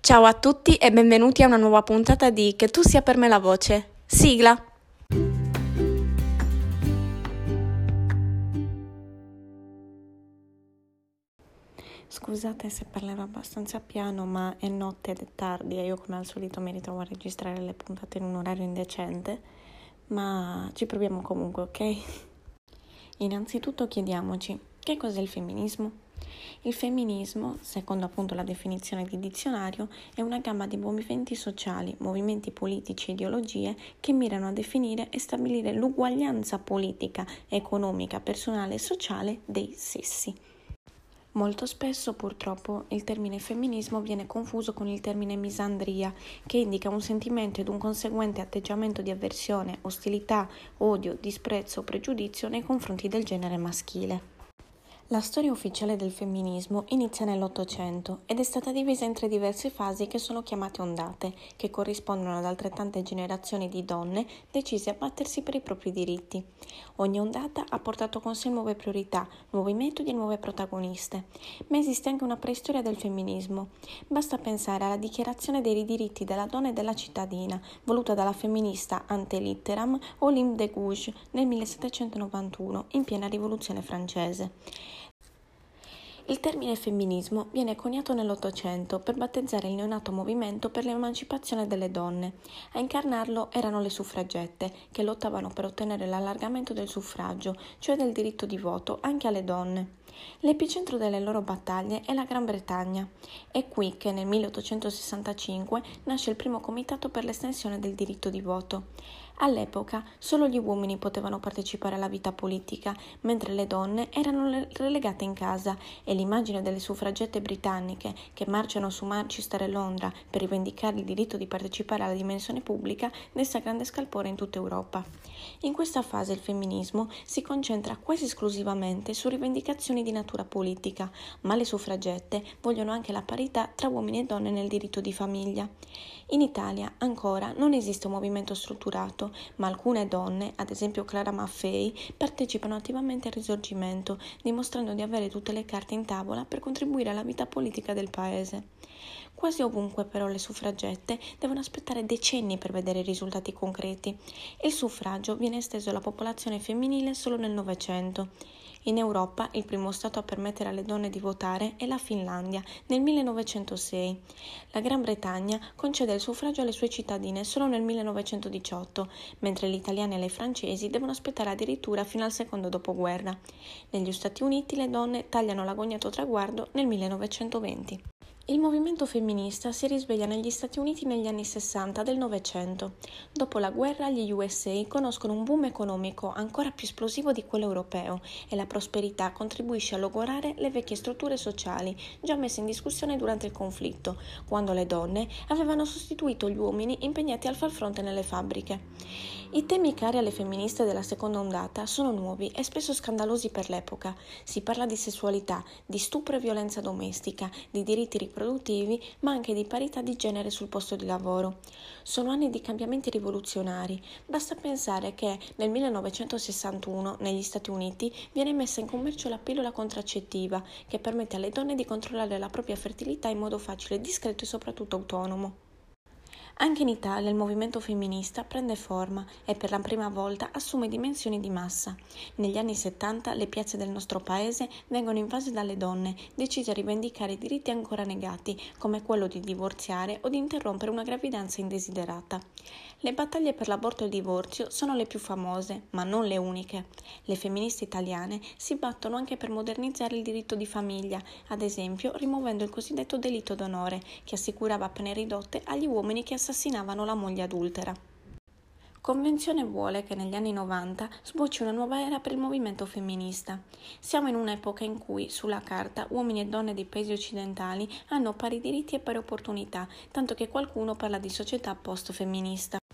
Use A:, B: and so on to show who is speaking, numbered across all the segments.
A: Ciao a tutti e benvenuti a una nuova puntata di Che tu sia per me la voce. Sigla! Scusate se parlerò abbastanza piano, ma è notte ed è tardi e io come al solito mi ritrovo a registrare le puntate in un orario indecente, ma ci proviamo comunque, ok? Innanzitutto chiediamoci, che cos'è il femminismo? Il femminismo, secondo appunto la definizione di dizionario, è una gamma di movimenti sociali, movimenti politici e ideologie che mirano a definire e stabilire l'uguaglianza politica, economica, personale e sociale dei sessi. Molto spesso, purtroppo, il termine femminismo viene confuso con il termine misandria, che indica un sentimento ed un conseguente atteggiamento di avversione, ostilità, odio, disprezzo o pregiudizio nei confronti del genere maschile. La storia ufficiale del femminismo inizia nell'Ottocento ed è stata divisa in 3 diverse fasi che sono chiamate ondate, che corrispondono ad altrettante generazioni di donne decise a battersi per i propri diritti. Ogni ondata ha portato con sé nuove priorità, nuovi metodi e nuove protagoniste, ma esiste anche una preistoria del femminismo. Basta pensare alla Dichiarazione dei diritti della donna e della cittadina, voluta dalla femminista ante litteram Olympe de Gouges nel 1791, in piena rivoluzione francese. Il termine femminismo viene coniato nell'Ottocento per battezzare il neonato movimento per l'emancipazione delle donne. A incarnarlo erano le suffragette, che lottavano per ottenere l'allargamento del suffragio, cioè del diritto di voto, anche alle donne. L'epicentro delle loro battaglie è la Gran Bretagna. È qui che nel 1865 nasce il primo comitato per l'estensione del diritto di voto. All'epoca solo gli uomini potevano partecipare alla vita politica, mentre le donne erano relegate in casa e l'immagine delle suffragette britanniche che marciano su Manchester e Londra per rivendicare il diritto di partecipare alla dimensione pubblica desta grande scalpore in tutta Europa. In questa fase il femminismo si concentra quasi esclusivamente su rivendicazioni di natura politica, ma le suffragette vogliono anche la parità tra uomini e donne nel diritto di famiglia. In Italia ancora non esiste un movimento strutturato, ma alcune donne, ad esempio Clara Maffei, partecipano attivamente al Risorgimento, dimostrando di avere tutte le carte in tavola per contribuire alla vita politica del paese. Quasi ovunque però le suffragette devono aspettare decenni per vedere risultati concreti e il suffragio viene esteso alla popolazione femminile solo nel Novecento. In Europa il primo Stato a permettere alle donne di votare è la Finlandia nel 1906. La Gran Bretagna concede il suffragio alle sue cittadine solo nel 1918, mentre le italiane e le francesi devono aspettare addirittura fino al secondo dopoguerra. Negli Stati Uniti le donne tagliano l'agognato traguardo nel 1920. Il movimento femminista si risveglia negli Stati Uniti negli anni 60 del Novecento. Dopo la guerra, gli USA conoscono un boom economico ancora più esplosivo di quello europeo e la prosperità contribuisce a logorare le vecchie strutture sociali già messe in discussione durante il conflitto, quando le donne avevano sostituito gli uomini impegnati al far fronte nelle fabbriche. I temi cari alle femministe della seconda ondata sono nuovi e spesso scandalosi per l'epoca. Si parla di sessualità, di stupro e violenza domestica, di diritti riproduttivi, ma anche di parità di genere sul posto di lavoro. Sono anni di cambiamenti rivoluzionari. Basta pensare che nel 1961 negli Stati Uniti viene messa in commercio la pillola contraccettiva, che permette alle donne di controllare la propria fertilità in modo facile, discreto e soprattutto autonomo. Anche in Italia il movimento femminista prende forma e per la prima volta assume dimensioni di massa. Negli anni 70 le piazze del nostro paese vengono invase dalle donne, decise a rivendicare diritti ancora negati, come quello di divorziare o di interrompere una gravidanza indesiderata. Le battaglie per l'aborto e il divorzio sono le più famose, ma non le uniche. Le femministe italiane si battono anche per modernizzare il diritto di famiglia, ad esempio rimuovendo il cosiddetto delitto d'onore, che assicurava pene ridotte agli uomini che assassinavano la moglie adultera. Convenzione vuole che negli anni 90 sbocci una nuova era per il movimento femminista. Siamo in un'epoca in cui, sulla carta, uomini e donne dei paesi occidentali hanno pari diritti e pari opportunità, tanto che qualcuno parla di società post-femminista.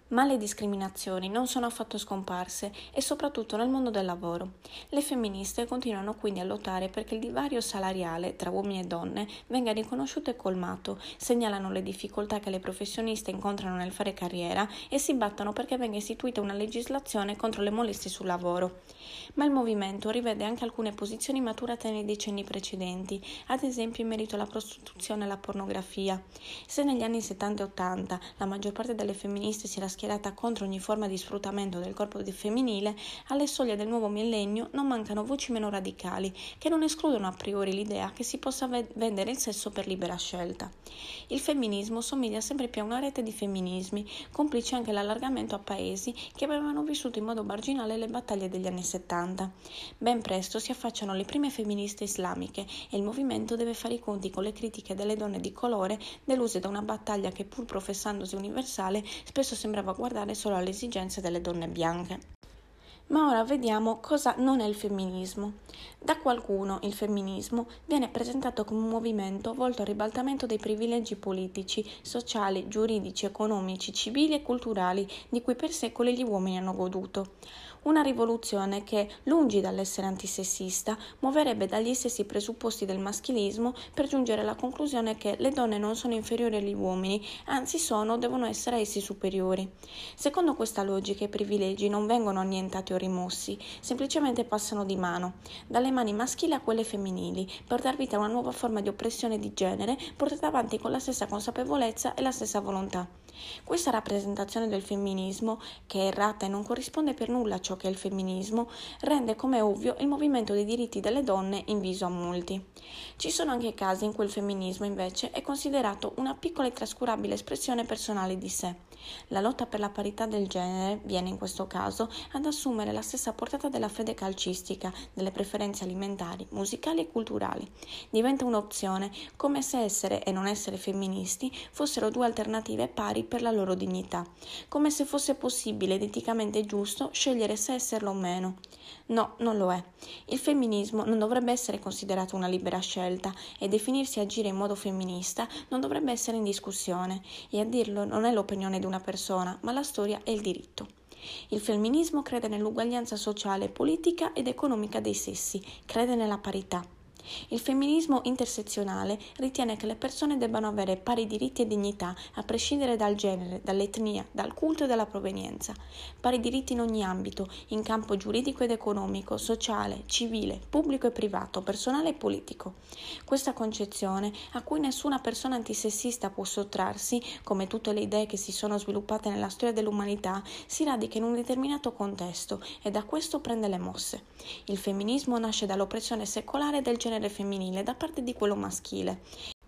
A: Ma le discriminazioni non sono affatto scomparse e soprattutto nel mondo del lavoro. Le femministe continuano quindi a lottare perché il divario salariale tra uomini e donne venga riconosciuto e colmato, segnalano le difficoltà che le professioniste incontrano nel fare carriera e si battono perché venga istituita una legislazione contro le molestie sul lavoro. Ma il movimento rivede anche alcune posizioni maturate nei decenni precedenti, ad esempio in merito alla prostituzione e alla pornografia. Se negli anni 70 e 80 la maggior parte delle femministe si era schierata contro ogni forma di sfruttamento del corpo femminile, alle soglie del nuovo millennio non mancano voci meno radicali che non escludono a priori l'idea che si possa vendere il sesso per libera scelta. Il femminismo somiglia sempre più a una rete di femminismi, complice anche l'allargamento a paesi che avevano vissuto in modo marginale le battaglie degli anni 70. Ben presto si affacciano le prime femministe islamiche e il movimento deve fare i conti con le critiche delle donne di colore deluse da una battaglia che, pur professandosi universale, spesso sembrava guardare solo alle esigenze delle donne bianche. Ma ora vediamo cosa non è il femminismo. Da qualcuno il femminismo viene presentato come un movimento volto al ribaltamento dei privilegi politici, sociali, giuridici, economici, civili e culturali di cui per secoli gli uomini hanno goduto. Una rivoluzione che, lungi dall'essere antisessista, muoverebbe dagli stessi presupposti del maschilismo per giungere alla conclusione che le donne non sono inferiori agli uomini, anzi devono essere a essi superiori. Secondo questa logica i privilegi non vengono annientati o rimossi, semplicemente passano di mano, dalle mani maschili a quelle femminili, per dar vita a una nuova forma di oppressione di genere portata avanti con la stessa consapevolezza e la stessa volontà. Questa rappresentazione del femminismo, che è errata e non corrisponde per nulla a ciò che è il femminismo, rende come ovvio il movimento dei diritti delle donne inviso a molti. Ci sono anche casi in cui il femminismo invece è considerato una piccola e trascurabile espressione personale di sé. La lotta per la parità del genere viene in questo caso ad assumere la stessa portata della fede calcistica, delle preferenze alimentari, musicali e culturali. Diventa un'opzione, come se essere e non essere femministi fossero due alternative pari per la loro dignità, come se fosse possibile ed eticamente giusto scegliere se esserlo o meno. No, non lo è. Il femminismo non dovrebbe essere considerato una libera scelta e definirsi e agire in modo femminista non dovrebbe essere in discussione, e a dirlo non è l'opinione di una persona, ma la storia e il diritto. Il femminismo crede nell'uguaglianza sociale, politica ed economica dei sessi, crede nella parità. Il femminismo intersezionale ritiene che le persone debbano avere pari diritti e dignità a prescindere dal genere, dall'etnia, dal culto e dalla provenienza, pari diritti in ogni ambito, in campo giuridico ed economico, sociale, civile, pubblico e privato, personale e politico. Questa concezione, a cui nessuna persona antisessista può sottrarsi, come tutte le idee che si sono sviluppate nella storia dell'umanità, si radica in un determinato contesto e da questo prende le mosse. Il femminismo nasce dall'oppressione secolare del genere femminile da parte di quello maschile.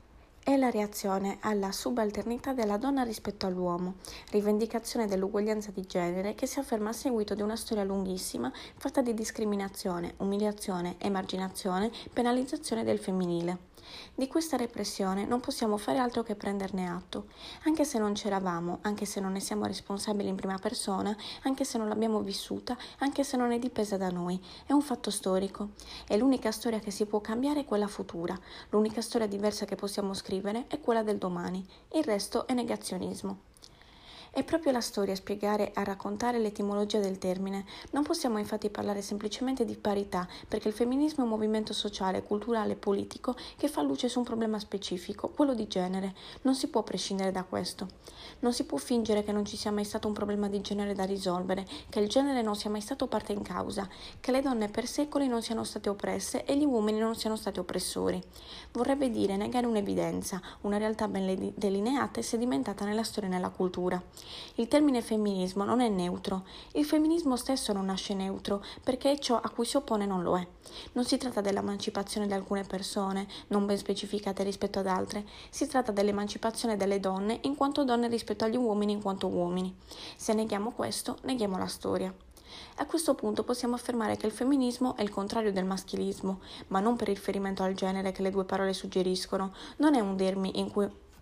A: È la reazione alla subalternità della donna rispetto all'uomo, rivendicazione dell'uguaglianza di genere che si afferma a seguito di una storia lunghissima fatta di discriminazione, umiliazione, emarginazione, penalizzazione del femminile. Di questa repressione non possiamo fare altro che prenderne atto, anche se non c'eravamo, anche se non ne siamo responsabili in prima persona, anche se non l'abbiamo vissuta, anche se non è dipesa da noi. È un fatto storico. E l'unica storia che si può cambiare è quella futura. L'unica storia diversa che possiamo scrivere è quella del domani. Il resto è negazionismo. È proprio la storia a spiegare, a raccontare l'etimologia del termine. Non possiamo infatti parlare semplicemente di parità, perché il femminismo è un movimento sociale, culturale e politico che fa luce su un problema specifico, quello di genere. Non si può prescindere da questo. Non si può fingere che non ci sia mai stato un problema di genere da risolvere, che il genere non sia mai stato parte in causa, che le donne per secoli non siano state oppresse e gli uomini non siano stati oppressori. Vorrebbe dire negare un'evidenza, una realtà ben delineata e sedimentata nella storia e nella cultura. Il termine femminismo non è neutro. Il femminismo stesso non nasce neutro, perché ciò a cui si oppone non lo è. Non si tratta dell'emancipazione di alcune persone, non ben specificate rispetto ad altre. Si tratta dell'emancipazione delle donne in quanto donne rispetto agli uomini in quanto uomini. Se neghiamo questo, neghiamo la storia. A questo punto possiamo affermare che il femminismo è il contrario del maschilismo, ma non per riferimento al genere che le due parole suggeriscono. Non è un termine in cui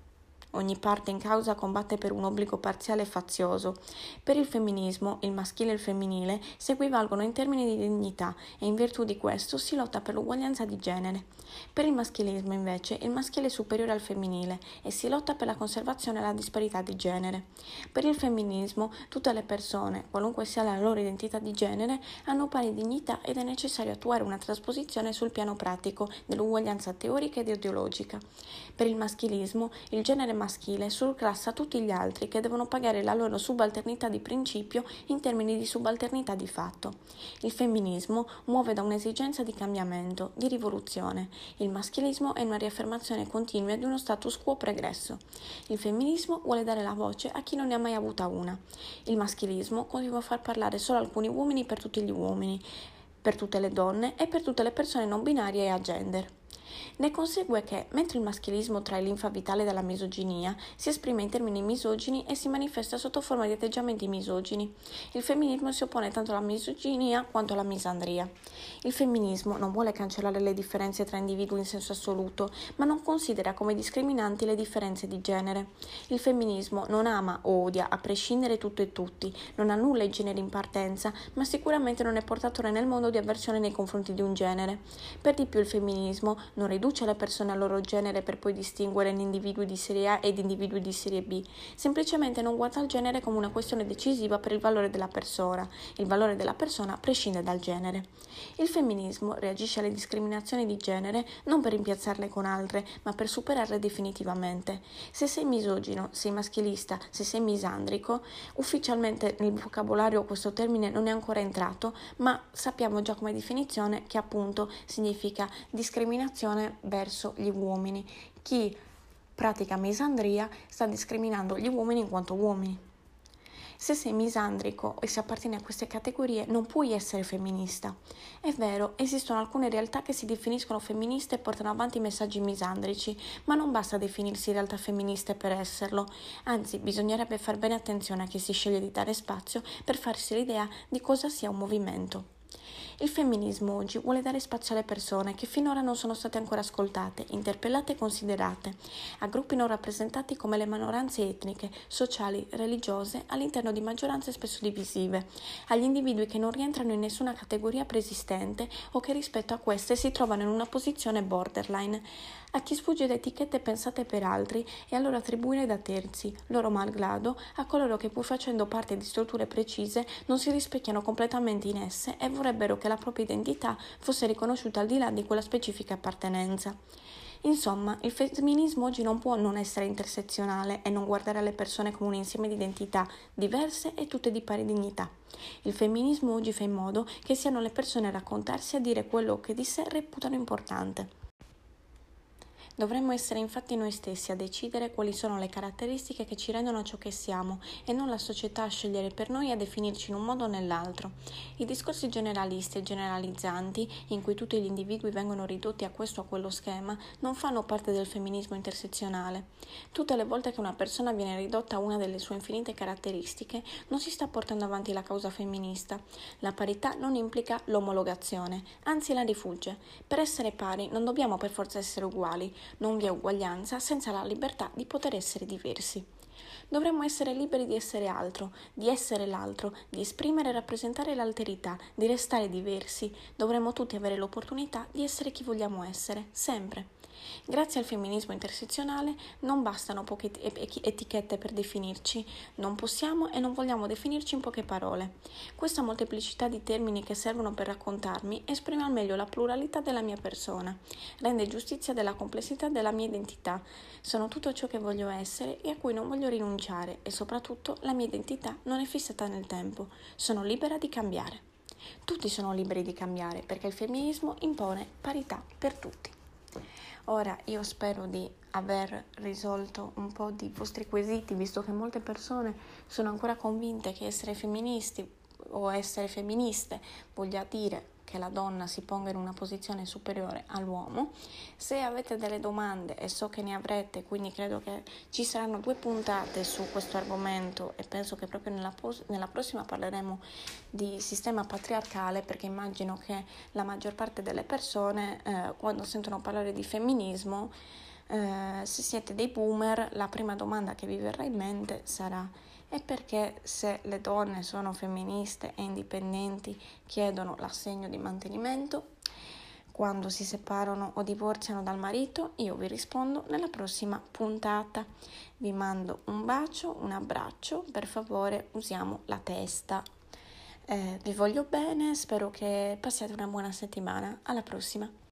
A: Ogni parte in causa combatte per un obbligo parziale e fazioso. Per il femminismo, il maschile e il femminile si equivalgono in termini di dignità e in virtù di questo si lotta per l'uguaglianza di genere. Per il maschilismo, invece, il maschile è superiore al femminile e si lotta per la conservazione e la disparità di genere. Per il femminismo, tutte le persone, qualunque sia la loro identità di genere, hanno pari dignità ed è necessario attuare una trasposizione sul piano pratico dell'uguaglianza teorica ed ideologica. Per il maschilismo, il genere maschile surclassa tutti gli altri che devono pagare la loro subalternità di principio in termini di subalternità di fatto. Il femminismo muove da un'esigenza di cambiamento, di rivoluzione. Il maschilismo è una riaffermazione continua di uno status quo pregresso. Il femminismo vuole dare la voce a chi non ne ha mai avuta una. Il maschilismo continua a far parlare solo alcuni uomini per tutti gli uomini, per tutte le donne e per tutte le persone non binarie e agender. Ne consegue che, mentre il maschilismo trae linfa vitale dalla misoginia, si esprime in termini misogini e si manifesta sotto forma di atteggiamenti misogini. Il femminismo si oppone tanto alla misoginia quanto alla misandria. Il femminismo non vuole cancellare le differenze tra individui in senso assoluto, ma non considera come discriminanti le differenze di genere. Il femminismo non ama o odia a prescindere tutto e tutti, non annulla i generi in partenza, ma sicuramente non è portatore nel mondo di avversione nei confronti di un genere. Per di più il femminismo non riduce le persone al loro genere per poi distinguere in individui di serie A ed individui di serie B, semplicemente non guarda il genere come una questione decisiva per il valore della persona. Il valore della persona prescinde dal genere. Il femminismo reagisce alle discriminazioni di genere non per rimpiazzarle con altre, ma per superarle definitivamente. Se sei misogino, sei maschilista, se sei misandrico, ufficialmente nel vocabolario questo termine non è ancora entrato, ma sappiamo già come definizione che appunto significa discriminazione verso gli uomini. Chi pratica misandria sta discriminando gli uomini in quanto uomini. Se sei misandrico e se appartieni a queste categorie non puoi essere femminista. È vero, esistono alcune realtà che si definiscono femministe e portano avanti messaggi misandrici, ma non basta definirsi realtà femministe per esserlo, anzi bisognerebbe far bene attenzione a chi si sceglie di dare spazio per farsi l'idea di cosa sia un movimento. Il femminismo oggi vuole dare spazio alle persone che finora non sono state ancora ascoltate, interpellate e considerate, a gruppi non rappresentati come le minoranze etniche, sociali, religiose, all'interno di maggioranze spesso divisive, agli individui che non rientrano in nessuna categoria preesistente o che rispetto a queste si trovano in una posizione borderline, a chi sfugge da etichette pensate per altri e a loro attribuire da terzi, loro malgrado, a coloro che pur facendo parte di strutture precise non si rispecchiano completamente in esse e vorrebbero che la propria identità fosse riconosciuta al di là di quella specifica appartenenza. Insomma, il femminismo oggi non può non essere intersezionale e non guardare alle persone come un insieme di identità diverse e tutte di pari dignità. Il femminismo oggi fa in modo che siano le persone a raccontarsi e a dire quello che di sé reputano importante. Dovremmo essere infatti noi stessi a decidere quali sono le caratteristiche che ci rendono ciò che siamo e non la società a scegliere per noi e a definirci in un modo o nell'altro. I discorsi generalisti e generalizzanti, in cui tutti gli individui vengono ridotti a questo o a quello schema, non fanno parte del femminismo intersezionale. Tutte le volte che una persona viene ridotta a una delle sue infinite caratteristiche, non si sta portando avanti la causa femminista. La parità non implica l'omologazione, anzi la rifugge. Per essere pari non dobbiamo per forza essere uguali. Non vi è uguaglianza senza la libertà di poter essere diversi. Dovremmo essere liberi di essere altro, di essere l'altro, di esprimere e rappresentare l'alterità, di restare diversi. Dovremmo tutti avere l'opportunità di essere chi vogliamo essere, sempre. Grazie al femminismo intersezionale non bastano poche etichette per definirci, non possiamo e non vogliamo definirci in poche parole. Questa molteplicità di termini che servono per raccontarmi esprime al meglio la pluralità della mia persona, rende giustizia della complessità della mia identità. Sono tutto ciò che voglio essere e a cui non voglio rinunciare e soprattutto la mia identità non è fissata nel tempo, sono libera di cambiare. Tutti sono liberi di cambiare perché il femminismo impone parità per tutti. Ora io spero di aver risolto un po' di vostri quesiti, visto che molte persone sono ancora convinte che essere femministi o essere femministe voglia dire che la donna si ponga in una posizione superiore all'uomo. Se avete delle domande, e so che ne avrete, quindi credo che ci saranno 2 puntate su questo argomento e penso che proprio nella prossima parleremo di sistema patriarcale, perché immagino che la maggior parte delle persone quando sentono parlare di femminismo Se siete dei boomer, la prima domanda che vi verrà in mente sarà: e perché se le donne sono femministe e indipendenti chiedono l'assegno di mantenimento? Quando si separano o divorziano dal marito? Io vi rispondo nella prossima puntata. Vi mando un bacio, un abbraccio, per favore usiamo la testa. Vi voglio bene, spero che passiate una buona settimana. Alla prossima!